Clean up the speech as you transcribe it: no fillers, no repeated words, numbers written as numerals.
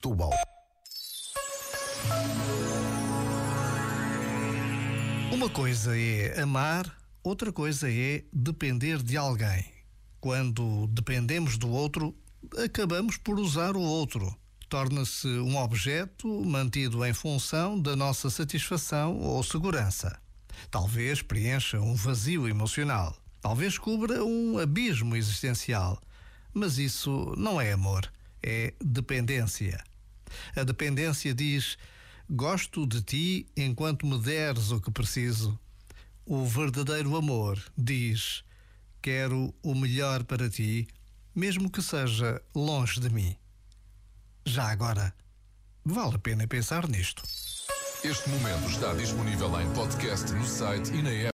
Setúbal. Uma coisa é amar, outra coisa é depender de alguém. Quando dependemos do outro, acabamos por usar o outro. Torna-se um objeto mantido em função da nossa satisfação ou segurança. Talvez preencha um vazio emocional. Talvez cubra um abismo existencial. Mas isso não é amor, é dependência. A dependência diz: gosto de ti enquanto me deres o que preciso. O verdadeiro amor diz: quero o melhor para ti, mesmo que seja longe de mim. Já agora, vale a pena pensar nisto. Este momento está disponível em podcast no site e na app.